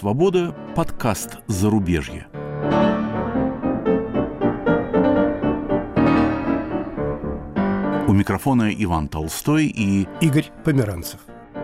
свобода» – подкаст «Зарубежье». У микрофона Иван Толстой и Игорь Померанцев.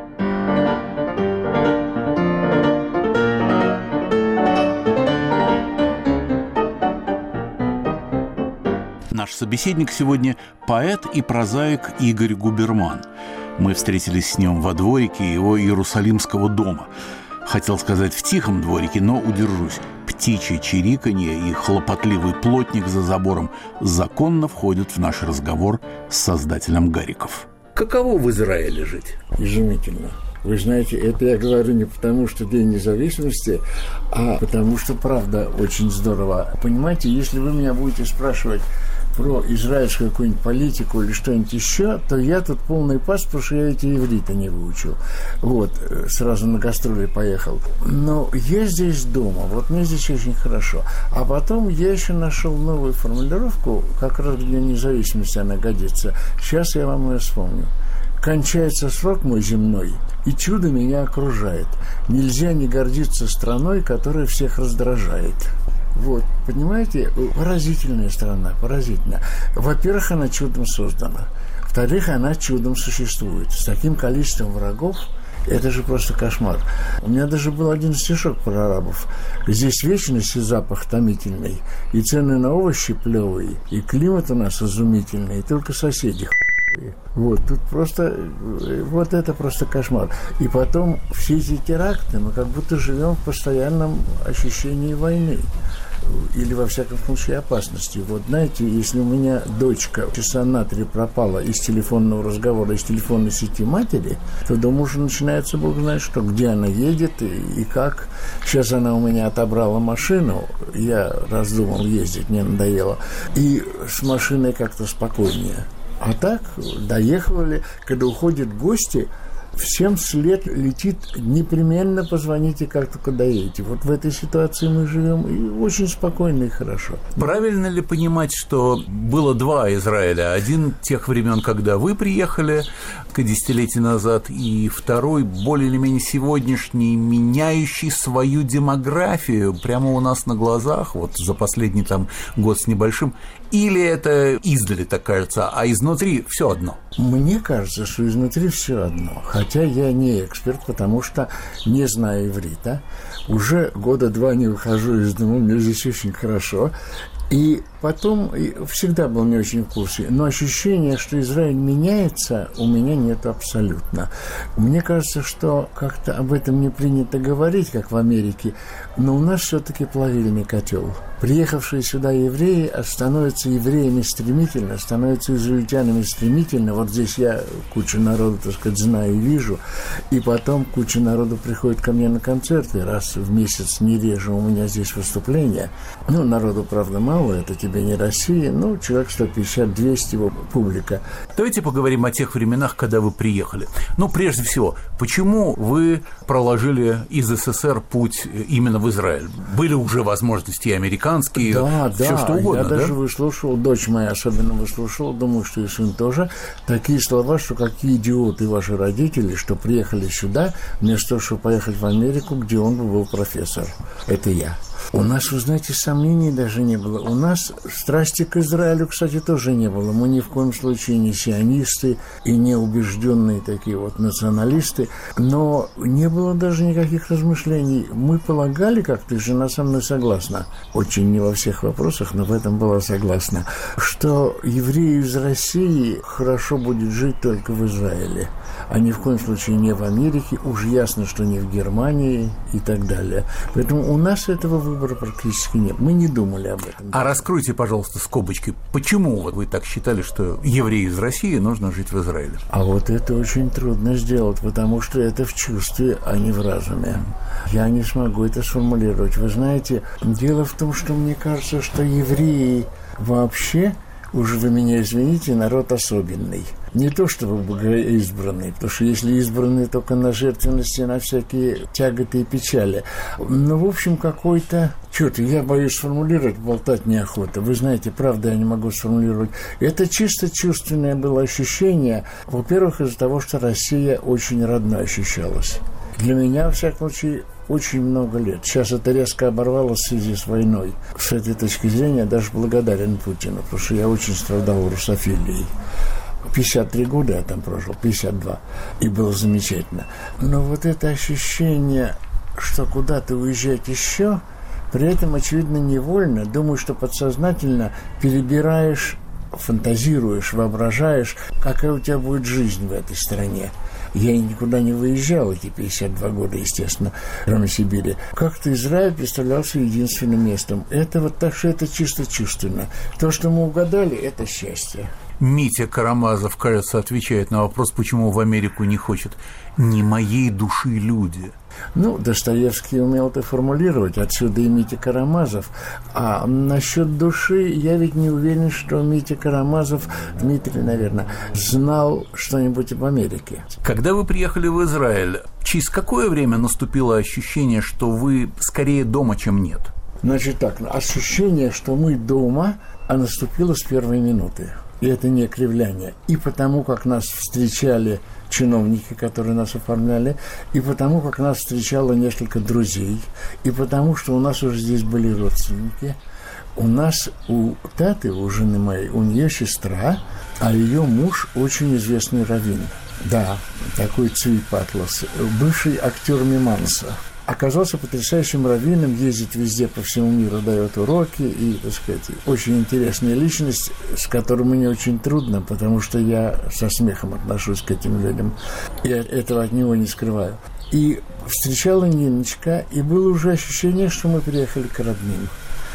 Наш собеседник сегодня – поэт и прозаик Игорь Губерман. Мы встретились с ним во дворике его Иерусалимского дома. Хотел сказать в тихом дворике, но удержусь. Птичье чириканье и хлопотливый плотник за забором законно входят в наш разговор с создателем Гариков. Каково в Израиле жить? Изумительно. Вы знаете, это я говорю не потому, что День независимости, а потому что, правда, очень здорово. Понимаете, если вы меня будете спрашивать про израильскую какую-нибудь политику или что-нибудь еще, то я тут полный пас, потому что я эти иврита не выучил. Вот, сразу на гастроли поехал. Но я здесь дома, вот мне здесь очень хорошо. А потом я еще нашел новую формулировку, как раз для независимости она годится. Сейчас я вам ее вспомню. Кончается срок мой земной, и чудо меня окружает. Нельзя не гордиться страной, которая всех раздражает. Вот, понимаете, поразительная страна, поразительная. Во-первых, она чудом создана. Во-вторых, она чудом существует. С таким количеством врагов это же просто кошмар. У меня даже был один стишок про арабов. Здесь вечность и запах томительный, и цены на овощи плевые, и климат у нас изумительный, и только соседи Вот, тут просто, вот это просто кошмар. И потом все эти теракты, мы как будто живем в постоянном ощущении войны. Или, во всяком случае, опасности. Вот, знаете, если у меня дочка часа на 3 пропала из телефонного разговора, из телефонной сети матери, то дома уже начинается, бог знает что, где она едет и как. Сейчас она у меня отобрала машину, я раздумал ездить, мне надоело, и с машиной как-то спокойнее. А так, доехали, когда уходят гости, всем след летит, непременно позвоните, как только доедете. Вот в этой ситуации мы живем, и очень спокойно и хорошо. Правильно ли понимать, что было два Израиля? Один тех времен, когда вы приехали, десятилетия назад, и второй, более или менее сегодняшний, меняющий свою демографию прямо у нас на глазах, вот за последний там год с небольшим, или это издали так кажется, а изнутри все одно? Мне кажется, что изнутри все одно. Хотя я не эксперт, потому что не знаю иврита. Уже года 2 не выхожу из дома, мне здесь очень хорошо. И потом всегда был не очень в курсе. Но ощущение, что Израиль меняется, у меня нет абсолютно. Мне кажется, что как-то об этом не принято говорить, как в Америке. Но у нас все-таки плавильный котел. Приехавшие сюда евреи становятся евреями стремительно, становятся израильтянами стремительно. Вот здесь я кучу народу, так сказать, знаю и вижу. И потом куча народу приходит ко мне на концерты. Раз в месяц, не реже, у меня здесь выступления. Ну, народу, правда, мало, это тебе не Россия. Ну, человек 150-200 публика. Давайте поговорим о тех временах, когда вы приехали. Ну, прежде всего, почему вы проложили из СССР путь именно в Израиль? Были уже возможности и американские, все что угодно, я даже выслушивал, дочь моя особенно выслушивала, думаю, что и сын тоже, такие слова, что какие идиоты ваши родители, что приехали сюда, вместо того, чтобы поехать в Америку, где он был профессор. Это я. У нас, вы знаете, сомнений даже не было. У нас страсти к Израилю, кстати, тоже не было. Мы ни в коем случае не сионисты и не убежденные такие вот националисты. Но не было даже никаких размышлений. Мы полагали, как-то, жена со мной согласна, очень не во всех вопросах, но в этом была согласна, что еврею из России хорошо будет жить только в Израиле, а ни в коем случае не в Америке, уж ясно, что не в Германии и так далее. Поэтому у нас этого выбора практически нет. Мы не думали об этом. А раскройте, пожалуйста, скобочки. Почему вы так считали, что евреи из России нужно жить в Израиле? А вот это очень трудно сделать, потому что это в чувстве, а не в разуме. Я не смогу это сформулировать. Вы знаете, дело в том, что мне кажется, что евреи вообще, уж вы меня извините, народ особенный. Не то чтобы богоизбранный, потому что если избранный только на жертвенности, на всякие тяготы и печали. Ну, в общем, какой-то... Что-то я боюсь сформулировать, болтать неохота. Вы знаете, правда, я не могу сформулировать. Это чисто чувственное было ощущение. Во-первых, из-за того, что Россия очень родно ощущалась. Для меня, во всяком случае, очень много лет. Сейчас это резко оборвалось в связи с войной. С этой точки зрения я даже благодарен Путину, потому что я очень страдал русофилией. 53 года я там прожил, 52, и было замечательно. Но вот это ощущение, что куда-то уезжать еще, при этом, очевидно, невольно, думаю, что подсознательно перебираешь, фантазируешь, воображаешь, какая у тебя будет жизнь в этой стране. Я никуда не выезжал эти 52 года, естественно, кроме Сибири. Как-то Израиль представлялся единственным местом. Это вот так, что это чисто чувственно. То, что мы угадали, это счастье. Митя Карамазов, кажется, отвечает на вопрос, почему в Америку не хочет. Не моей души люди. Ну, Достоевский умел это формулировать, отсюда и Митя Карамазов. А насчет души я ведь не уверен, что Митя Карамазов, Дмитрий, наверное, знал что-нибудь об Америке. Когда вы приехали в Израиль, через какое время наступило ощущение, что вы скорее дома, чем нет? Значит так, ощущение, что мы дома, наступило с первой минуты. И это не кривляние. И потому, как нас встречали чиновники, которые нас оформляли, и потому, как нас встречало несколько друзей, и потому, что у нас уже здесь были родственники. У нас, у Таты, у жены моей, у нее сестра, а ее муж очень известный раввин. Да, такой Цви Патлас, бывший актер Миманса. Оказался потрясающим раввином, ездит везде по всему миру, дает уроки, и, так сказать, очень интересная личность, с которой мне очень трудно, потому что я со смехом отношусь к этим людям. Я этого от него не скрываю. И встречала Ниночка, и было уже ощущение, что мы приехали к родным.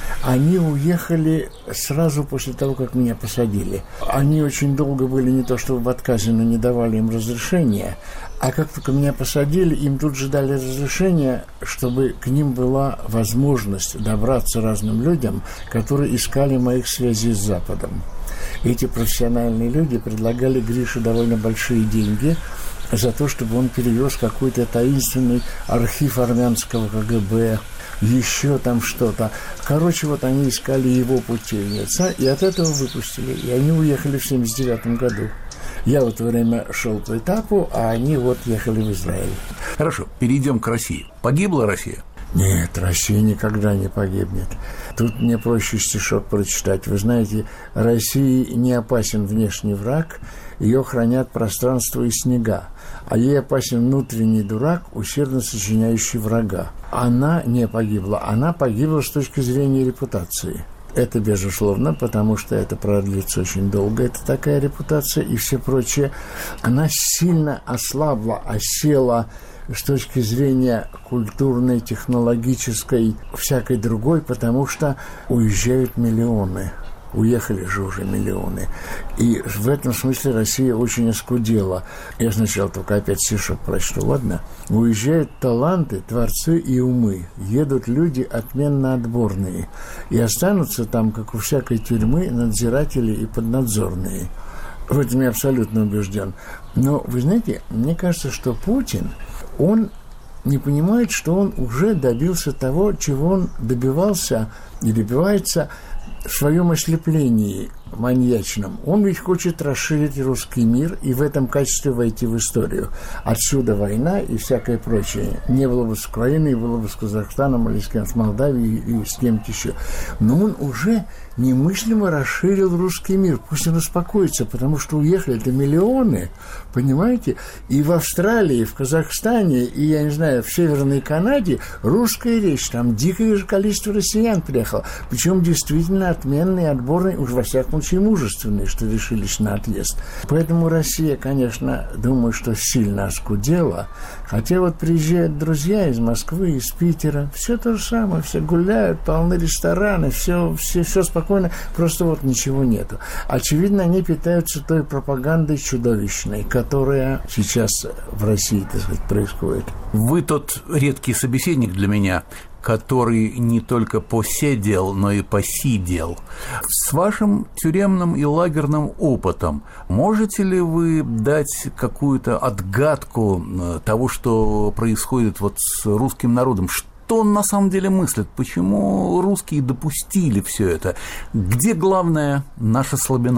Они уехали сразу после того, как меня посадили. Они очень долго были не то чтобы в отказе, но не давали им разрешения. А как только меня посадили, им тут же дали разрешение, чтобы к ним была возможность добраться разным людям, которые искали моих связей с Западом. Эти профессиональные люди предлагали Грише довольно большие деньги за то, чтобы он перевез какой-то таинственный архив армянского КГБ, еще там что-то. Короче, вот они искали его путевница, и от этого выпустили. И они уехали в 1979 году. Я в это время шел по этапу, а они вот ехали в Израиль. Хорошо, перейдем к России. Погибла Россия? Нет, Россия никогда не погибнет. Тут мне проще стишок прочитать. Вы знаете, России не опасен внешний враг, ее хранят пространство и снега, а ей опасен внутренний дурак, усердно сочиняющий врага. Она не погибла, она погибла с точки зрения репутации. Это безусловно, потому что это продлится очень долго, это такая репутация и все прочее. Она сильно ослабла, осела с точки зрения культурной, технологической, всякой другой, потому что уезжают миллионы. Уехали же уже миллионы. И в этом смысле Россия очень оскудела. Я сначала только опять стишок прочту, ладно? Уезжают таланты, творцы и умы. Едут люди отменно отборные. И останутся там, как у всякой тюрьмы, надзиратели и поднадзорные. В этом я абсолютно убежден. Но, вы знаете, мне кажется, что Путин, он не понимает, что он уже добился того, чего он добивался и добивается в своем ослеплении маньячном. Он ведь хочет расширить русский мир и в этом качестве войти в историю. Отсюда война и всякое прочее. Не было бы с Украиной, было бы с Казахстаном или с кем-то, с Молдавией и с кем-то еще. Но он уже немыслимо расширил русский мир. Пусть он успокоится, потому что уехали это миллионы, понимаете? И в Австралии, и в Казахстане, и, я не знаю, в Северной Канаде русская речь. Там дикое же количество россиян приехало. Причем действительно отменные, отборные, уж во всяком случае мужественные, что решились на отъезд. Поэтому Россия, конечно, думаю, что сильно оскудела. Хотя вот приезжают друзья из Москвы, из Питера, все то же самое, все гуляют, полны рестораны, все спокойно, просто вот ничего нету. Очевидно, они питаются той пропагандой чудовищной, которая сейчас в России, так сказать, происходит. Вы тот редкий собеседник для меня, который не только посидел, но и посидел. С вашим тюремным и лагерным опытом можете ли вы дать какую-то отгадку того, что происходит вот с русским народом? Что он на самом деле мыслит? Почему русские допустили все это? Где главная наша слабина?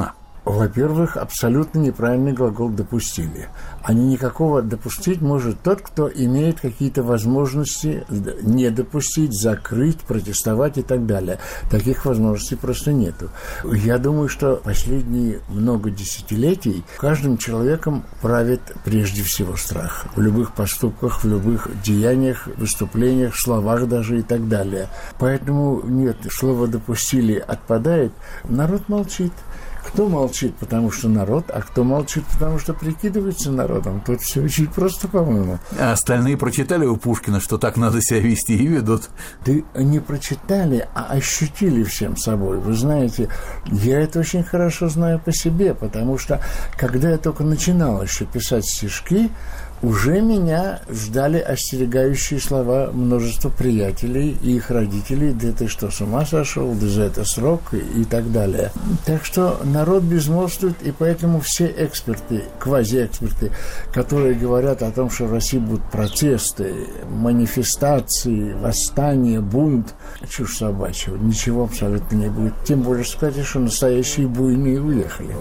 Во-первых, абсолютно неправильный глагол «допустили». Они никакого допустить может тот, кто имеет какие-то возможности не допустить, закрыть, протестовать и так далее. Таких возможностей просто нету. Я думаю, что последние много десятилетий каждым человеком правит прежде всего страх. В любых поступках, в любых деяниях, выступлениях, словах даже и так далее. Поэтому нет, слово «допустили» отпадает. Народ молчит. Кто молчит, потому что народ, а кто молчит, потому что прикидывается народом. Тут все очень просто, по-моему. А остальные прочитали у Пушкина, что так надо себя вести, и ведут. Да не прочитали, а ощутили всем собой. Вы знаете, я это очень хорошо знаю по себе, потому что, когда я только начинал еще писать стишки, уже меня ждали остерегающие слова множества приятелей и их родителей. Да ты что, с ума сошел? Да за это срок и так далее. Так что народ безмолвствует, и поэтому все эксперты, квазиэксперты, которые говорят о том, что в России будут протесты, манифестации, восстания, бунт, чушь собачья, ничего абсолютно не будет. Тем более сказать, что настоящие буйные уехали.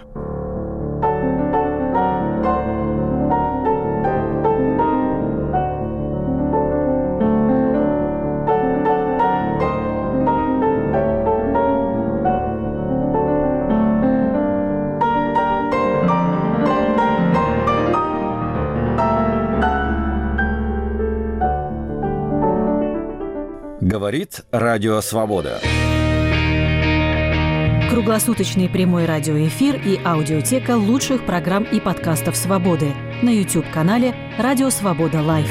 Говорит Радио Свобода. Круглосуточный прямой радиоэфир и аудиотека лучших программ и подкастов «Свободы» на YouTube-канале «Радио Свобода Лайв».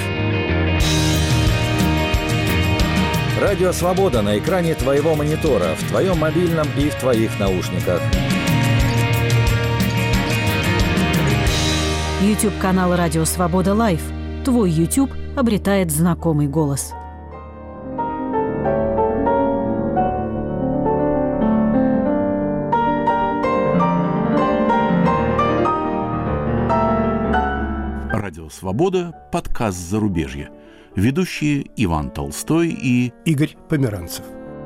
Радио Свобода на экране твоего монитора, в твоем мобильном и в твоих наушниках. YouTube-канал «Радио Свобода Лайв». Твой YouTube обретает знакомый голос. Радио «Свобода», подкаст «Зарубежье». Ведущие Иван Толстой и Игорь Померанцев.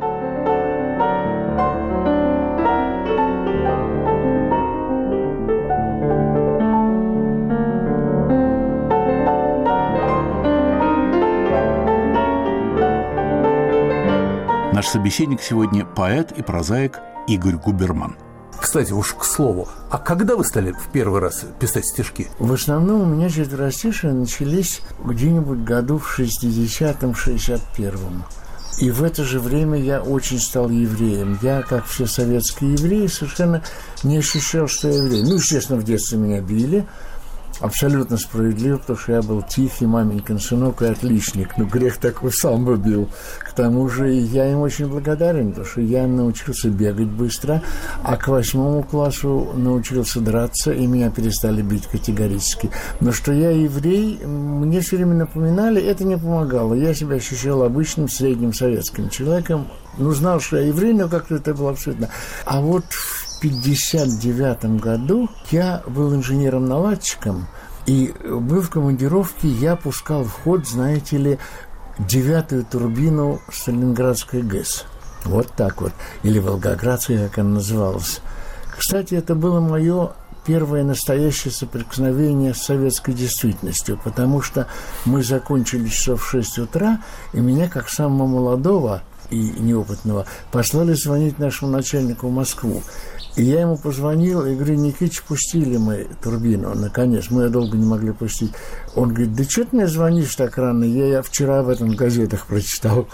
наш собеседник сегодня поэт и прозаик Игорь Губерман. Кстати, уж к слову, а когда вы стали в первый раз писать стишки? В основном у меня четверостишие начались где-нибудь году в 60-м, 61-м. И в это же время я очень стал евреем. Я, как все советские евреи, совершенно не ощущал, что я еврей. Ну, естественно, в детстве меня били. Абсолютно справедливо, потому что я был тихий маменькин сынок и отличник. Ну, грех такой сам бы бил. К тому же я им очень благодарен, потому что я научился бегать быстро, а к 8 классу научился драться, и меня перестали бить категорически. Но что я еврей, мне все время напоминали, это не помогало. Я себя ощущал обычным средним советским человеком. Ну, знал, что я еврей, но как-то это было абсолютно. А вот в 1959 году я был инженером-наладчиком, и был в командировке, я пускал в ход, знаете ли, 9-ю турбину Сталинградской ГЭС. Вот так вот. Или Волгоградская, как она называлась. Кстати, это было мое первое настоящее соприкосновение с советской действительностью, потому что мы закончили часов в 6 утра, и меня, как самого молодого и неопытного, послали звонить нашему начальнику в Москву. И я ему позвонил и говорю: Никитич, пустили мы турбину, наконец. Мы ее долго не могли пустить. Он говорит: да что ты мне звонишь так рано? Я вчера об этом в газетах прочитал.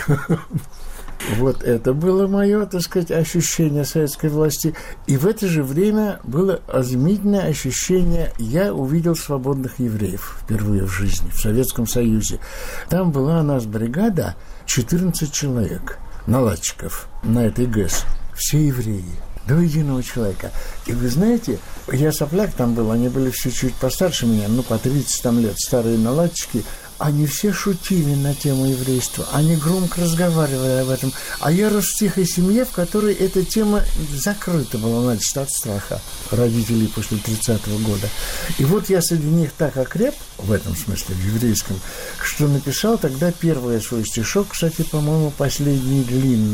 Вот это было мое, так сказать, ощущение советской власти. И в это же время было изумительное ощущение. Я увидел свободных евреев впервые в жизни, в Советском Союзе. Там была у нас бригада 14 человек, наладчиков на этой ГЭС. Все евреи. До единого человека. И вы знаете, я сопляк там был, они были все чуть постарше меня, ну, по 30 там лет, старые наладчики. Они все шутили на тему еврейства, они громко разговаривали об этом. А я рос в тихой семье, в которой эта тема закрыта была, значит, от страха родителей после 30-го года. И вот я среди них так окреп, в этом смысле, в еврейском, что написал тогда первый свой стишок, кстати, по-моему, последний длинный.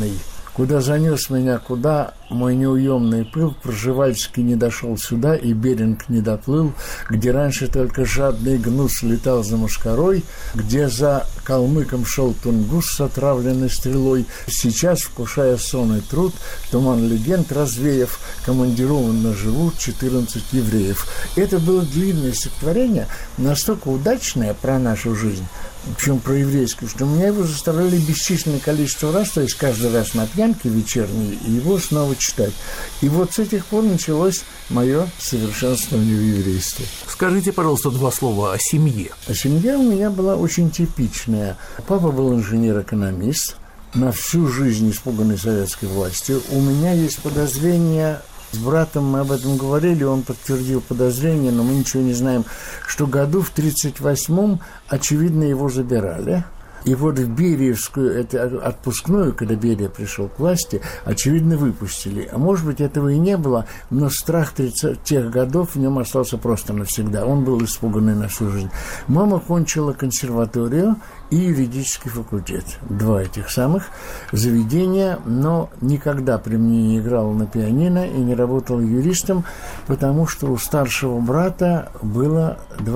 Куда занес меня, куда мой неуемный пыл, проживальский не дошел сюда, и Беринг не доплыл, где раньше только жадный гнус летал за мошкарой, где за калмыком шел тунгус с отравленной стрелой, сейчас, вкушая сон и труд, туман легенд развеяв, командированно живут 14 евреев. Это было длинное стихотворение, настолько удачное про нашу жизнь, причем про еврейскую, что меня его заставляли бесчисленное количество раз, то есть каждый раз на пьянке вечерней, и его снова читать. И вот с этих пор началось мое совершенствование в еврействе. Скажите, пожалуйста, два слова о семье. А семья у меня была очень типичная. Папа был инженер-экономист, на всю жизнь испуганный советской властью. У меня есть подозрение... С братом мы об этом говорили, он подтвердил подозрение, но мы ничего не знаем, что году в 1938-м, очевидно, его забирали. И вот в Бериевскую, это отпускную, когда Берия пришел к власти, очевидно, выпустили. А может быть, этого и не было, но страх тех годов в нем остался просто навсегда. Он был испуганный на всю жизнь. Мама кончила консерваторию и юридический факультет. Два этих самых заведения, но никогда при мне не играла на пианино и не работала юристом, потому что у старшего брата было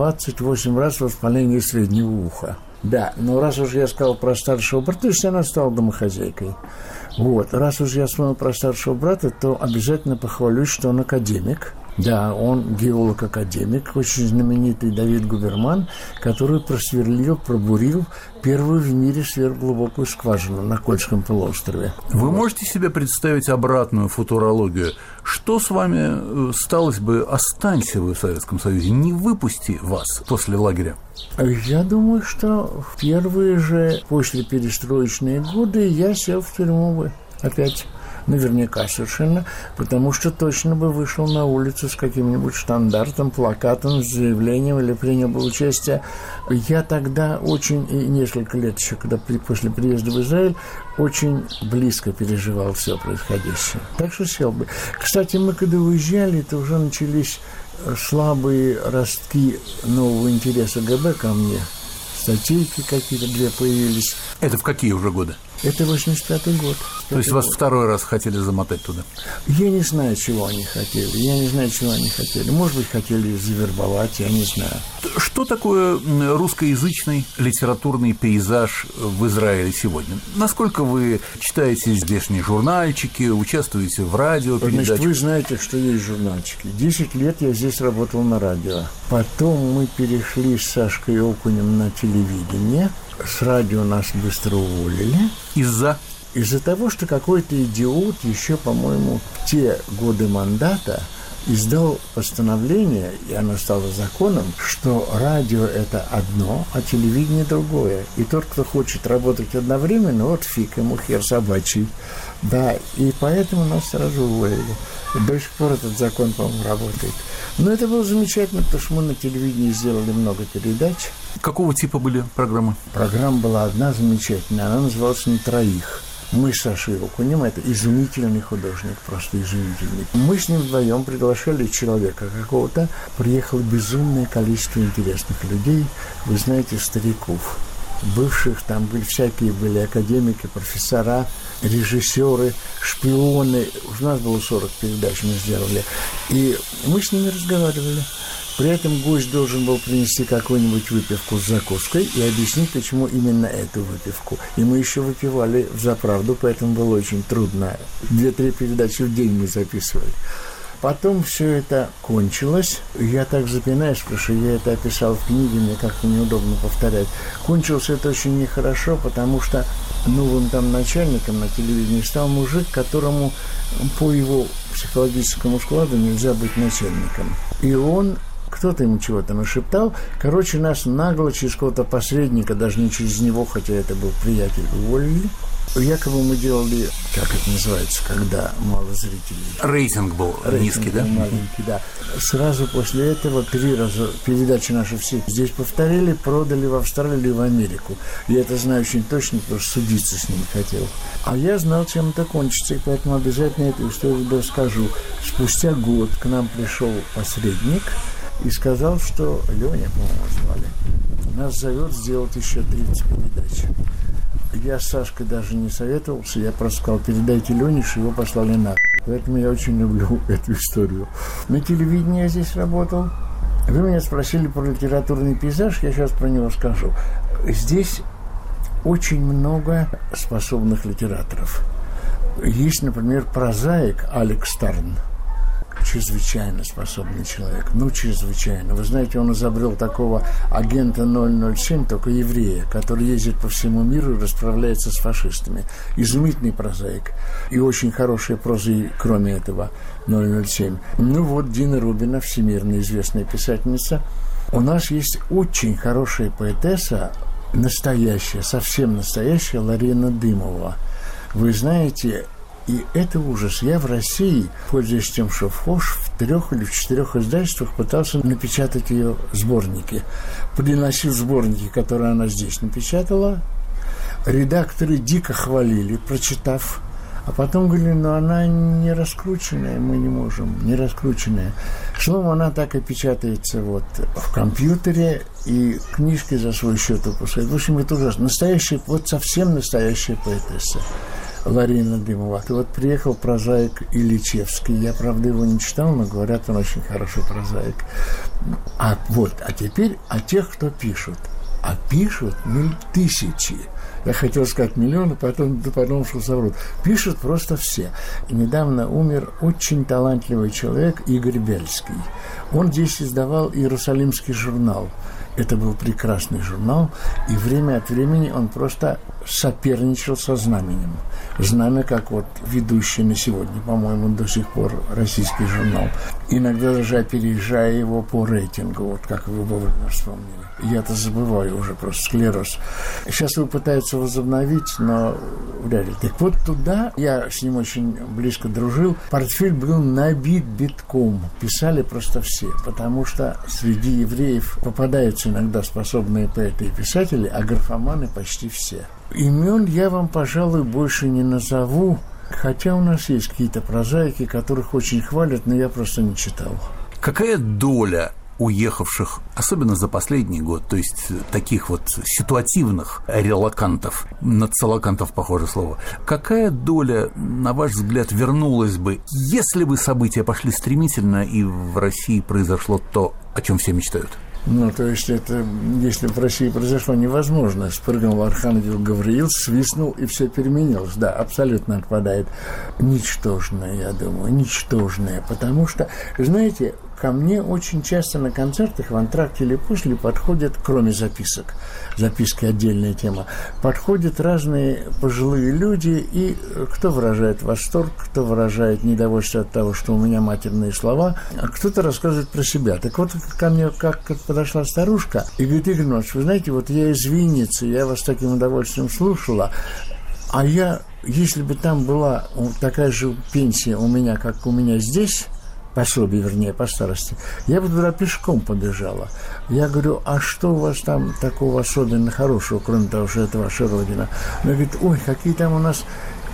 28 раз воспаление среднего уха. Да, но раз уж я сказал про старшего брата, то есть она стала домохозяйкой. Вот, раз уж я вспомнил про старшего брата, то обязательно похвалюсь, что он академик. Да, он геолог-академик, очень знаменитый Давид Губерман, который просверлил, пробурил первую в мире сверхглубокую скважину на Кольском полуострове. Вы можете себе представить обратную футурологию? Что с вами сталось бы, останься вы в Советском Союзе, не выпусти вас после лагеря? Я думаю, что в первые же после перестроечные годы я сел в тюрьму бы опять. Наверняка совершенно, потому что точно бы вышел на улицу с каким-нибудь штандартом, плакатом, с заявлением или принял бы участие. Я тогда очень, и несколько лет еще, когда после приезда в Израиль, очень близко переживал все происходящее. Так что сел бы. Кстати, мы когда уезжали, то уже начались слабые ростки нового интереса ГБ ко мне. Статейки какие-то две появились. Это в какие уже годы? Это 85-й год. То есть вас второй раз хотели замотать туда? Я не знаю, чего они хотели. Может быть, хотели завербовать, я не знаю. Что такое русскоязычный литературный пейзаж в Израиле сегодня? Насколько вы читаете здешние журнальчики, участвуете в радиопередачах? Значит, вы знаете, что есть журнальчики. 10 лет я здесь работал на радио. Потом мы перешли с Сашкой Окунем на телевидение. С радио нас быстро уволили. Из-за того, что какой-то идиот еще, по-моему, в те годы мандата издал постановление, и оно стало законом, что радио – это одно, а телевидение – другое. И тот, кто хочет работать одновременно, вот фиг ему, хер собачий. Да, и поэтому нас сразу уволили. До сих пор этот закон, по-моему, работает. Но это было замечательно, потому что мы на телевидении сделали много передач. Какого типа были программы? Программа была одна замечательная, она называлась «На троих». Мы с Сашей Окунем, это изумительный художник, просто изумительный. Мы с ним вдвоем приглашали человека какого-то, приехало безумное количество интересных людей, вы знаете, стариков, бывших, там были всякие, были академики, профессора, режиссеры, шпионы. У нас было 40 передач, мы сделали. И мы с ними разговаривали. При этом гость должен был принести какую-нибудь выпивку с закуской и объяснить, почему именно эту выпивку. И мы еще выпивали взаправду, поэтому было очень трудно. 2-3 передачи в день мы записывали. Потом все это кончилось. Я так запинаюсь, потому что я это описал в книге, мне как-то неудобно повторять. Кончилось это очень нехорошо, потому что новым там начальником на телевидении стал мужик, которому по его психологическому складу нельзя быть начальником. И он... Кто-то ему чего-то нашептал. Короче, нас нагло через какого-то посредника, даже не через него, хотя это был приятель, уволили. Якобы мы делали, как это называется, когда мало зрителей. Рейтинг был низкий, да? Маленький, да. Сразу после этого 3 раза передачи наши все здесь повторили, продали в Австралию и в Америку. Я это знаю очень точно, потому что судиться с ним хотел. А я знал, чем это кончится, и поэтому обязательно эту историю расскажу. Спустя год к нам пришел посредник и сказал, что Леня, по-моему, звали, нас зовет сделать еще 30 передач. Я с Сашкой даже не советовался, я просто сказал, передайте Ленюше, его послали на. Поэтому я очень люблю эту историю. На телевидении я здесь работал. Вы меня спросили про литературный пейзаж, я сейчас про него скажу. Здесь очень много способных литераторов. Есть, например, прозаик Алекс Тарн. Чрезвычайно способный человек. Чрезвычайно. Вы знаете, он изобрел такого агента 007, только еврея, который ездит по всему миру и расправляется с фашистами. Изумительный прозаик. И очень хорошая проза, кроме этого, 007. Дина Рубина, всемирно известная писательница. У нас есть очень хорошая поэтесса, настоящая, совсем настоящая, Ларина Дымова. Вы знаете, и это ужас. Я в России, пользуясь тем, что вхож, в 3 или в 4 издательствах пытался напечатать ее сборники. Приносил сборники, которые она здесь напечатала. Редакторы дико хвалили, прочитав. А потом говорили, она не раскрученная, мы не можем, не раскрученная. Словом, она так и печатается в компьютере, и книжки за свой счет выпускает. В общем, это ужасно. Настоящая, совсем настоящая поэтесса. Ларина Дымова. Приехал прозаик Ильичевский. Я, правда, его не читал, но говорят, он очень хороший прозаик. А теперь о тех, кто пишут. А пишут тысячи. Я хотел сказать миллионы, потом что соврут. Пишут просто все. И недавно умер очень талантливый человек Игорь Бельский. Он здесь издавал «Иерусалимский журнал». Это был прекрасный журнал, и время от времени он просто соперничал со «Знаменем». «Знамя» как ведущий на сегодня, по-моему, до сих пор российский журнал. Иногда даже опережая его по рейтингу, как вы вовремя вспомнили. Я-то забываю уже, просто склероз. Сейчас его пытаются возобновить, но вряд ли. Так туда, я с ним очень близко дружил, портфель был набит битком. Писали просто все, потому что среди евреев попадаются иногда способные поэты и писатели, а графоманы почти все. Имен я вам, пожалуй, больше не назову, хотя у нас есть какие-то прозаики, которых очень хвалят, но я просто не читал. Какая доля уехавших, особенно за последний год, то есть таких ситуативных релокантов, нацелокантов, похоже слово, какая доля, на ваш взгляд, вернулась бы, если бы события пошли стремительно и в России произошло то, о чем все мечтают? То есть это, если в России произошло, невозможно. Спрыгнул архангел Гавриил, свистнул, и все переменилось. Да, абсолютно отпадает. Ничтожное, я думаю, ничтожное. Потому что, знаете, ко мне очень часто на концертах, в антракте или после, подходят, кроме записок, записки отдельная тема, подходят разные пожилые люди, и кто выражает восторг, кто выражает недовольство от того, что у меня матерные слова, а кто-то рассказывает про себя. Так ко мне как подошла старушка и говорит: Игорь Иванович, вы знаете, я из Винницы, я вас с таким удовольствием слушала, а если бы там была такая же пенсия у меня, как у меня здесь, пособие, вернее, по старости, я бы туда пешком побежала. Я говорю: а что у вас там такого особенно хорошего, кроме того, что это ваша родина? Она говорит: ой, какие там у нас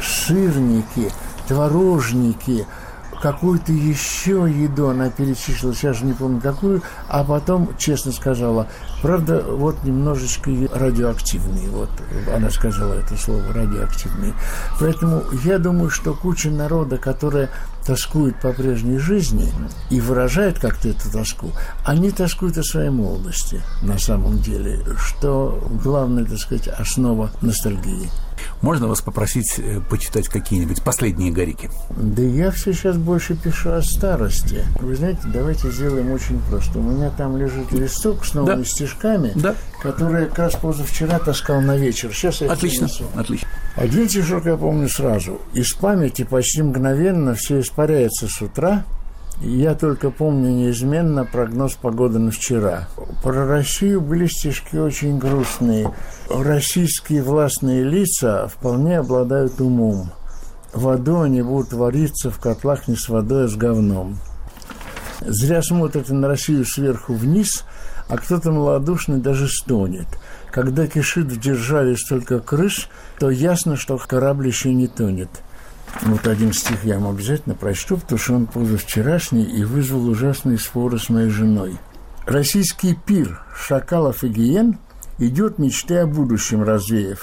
сырники, творожники, какую-то еще еду она перечислила, сейчас же не помню какую, а потом честно сказала: правда, немножечко радиоактивные, она сказала это слово, радиоактивные. Поэтому я думаю, что куча народа, которая тоскует по прежней жизни и выражает как-то эту тоску, они тоскуют о своей молодости на самом деле, что главная, так сказать, основа ностальгии. Можно вас попросить почитать какие-нибудь последние горики? Да я все сейчас больше пишу о старости. Вы знаете, давайте сделаем очень просто. У меня там лежит листок с новыми стишками, которые как раз позавчера таскал на вечер. Сейчас я отлично. Один стишок я помню сразу. Из памяти почти мгновенно все испаряется с утра. Я только помню неизменно прогноз погоды на вчера. Про Россию были стишки очень грустные. Российские властные лица вполне обладают умом. В аду они будут вариться в котлах не с водой, а с говном. Зря смотрят на Россию сверху вниз, а кто-то малодушный даже стонет. Когда кишит в державе столько крыс, то ясно, что корабль еще не тонет. Один стих я вам обязательно прочту, потому что он позавчерашний и вызвал ужасные споры с моей женой. Российский пир шакалов и гиен идет, мечты о будущем развеяв.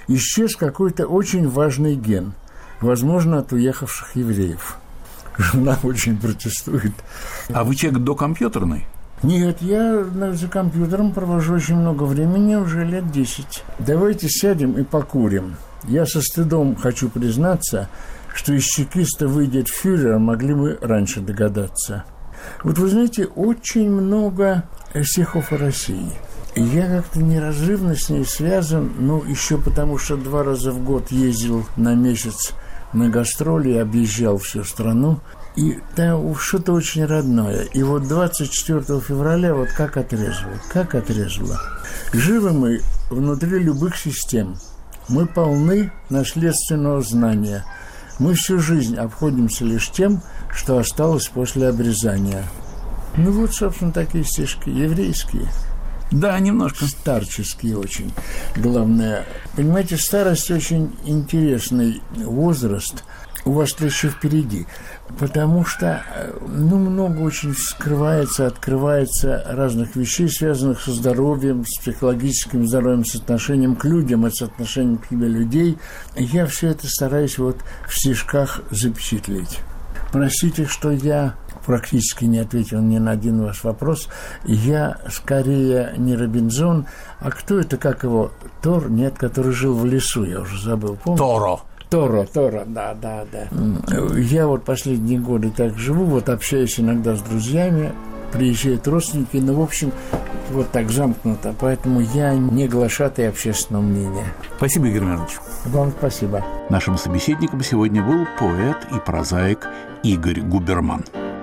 исчез какой-то очень важный ген, возможно, от уехавших евреев. Жена очень протестует. А вы человек докомпьютерный? Нет, я за компьютером провожу очень много времени, уже лет 10. Давайте сядем и покурим. Я со стыдом хочу признаться, что из чекиста выйдет фюрер, могли бы раньше догадаться. Вот вы знаете, очень много стихов о России. Я как-то неразрывно с ней связан, еще потому, что 2 раза в год ездил на месяц на гастроли и объезжал всю страну. И там что-то очень родное. И вот 24 февраля вот как отрезало. Живы мы внутри любых систем. Мы полны наследственного знания. Мы всю жизнь обходимся лишь тем, что осталось после обрезания. Вот, собственно, такие стишки еврейские. Да, немножко. Старческие очень. Главное, понимаете, старость очень интересный возраст. У вас-то еще впереди. Потому что, много очень скрывается, открывается разных вещей, связанных со здоровьем, с психологическим здоровьем, с отношением к людям, с отношением к себе людей. Я все это стараюсь в стишках запечатлеть. Простите, что я практически не ответил ни на один ваш вопрос. Я скорее не Робинзон, а кто это, как его, Тор? Нет, который жил в лесу, я уже забыл. Помните? Торо, да. Я последние годы так живу, общаюсь иногда с друзьями, приезжают родственники, в общем, так замкнуто, поэтому я не глашатай общественного мнения. Спасибо, Игорь Миронович. Вам спасибо. Нашим собеседником сегодня был поэт и прозаик Игорь Губерман.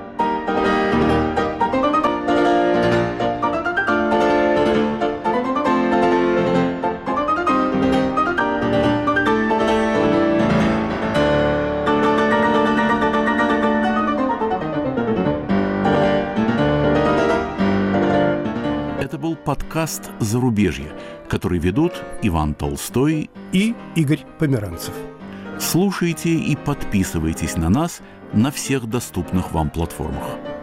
Подкаст «Зарубежье», который ведут Иван Толстой и Игорь Померанцев. Слушайте и подписывайтесь на нас на всех доступных вам платформах.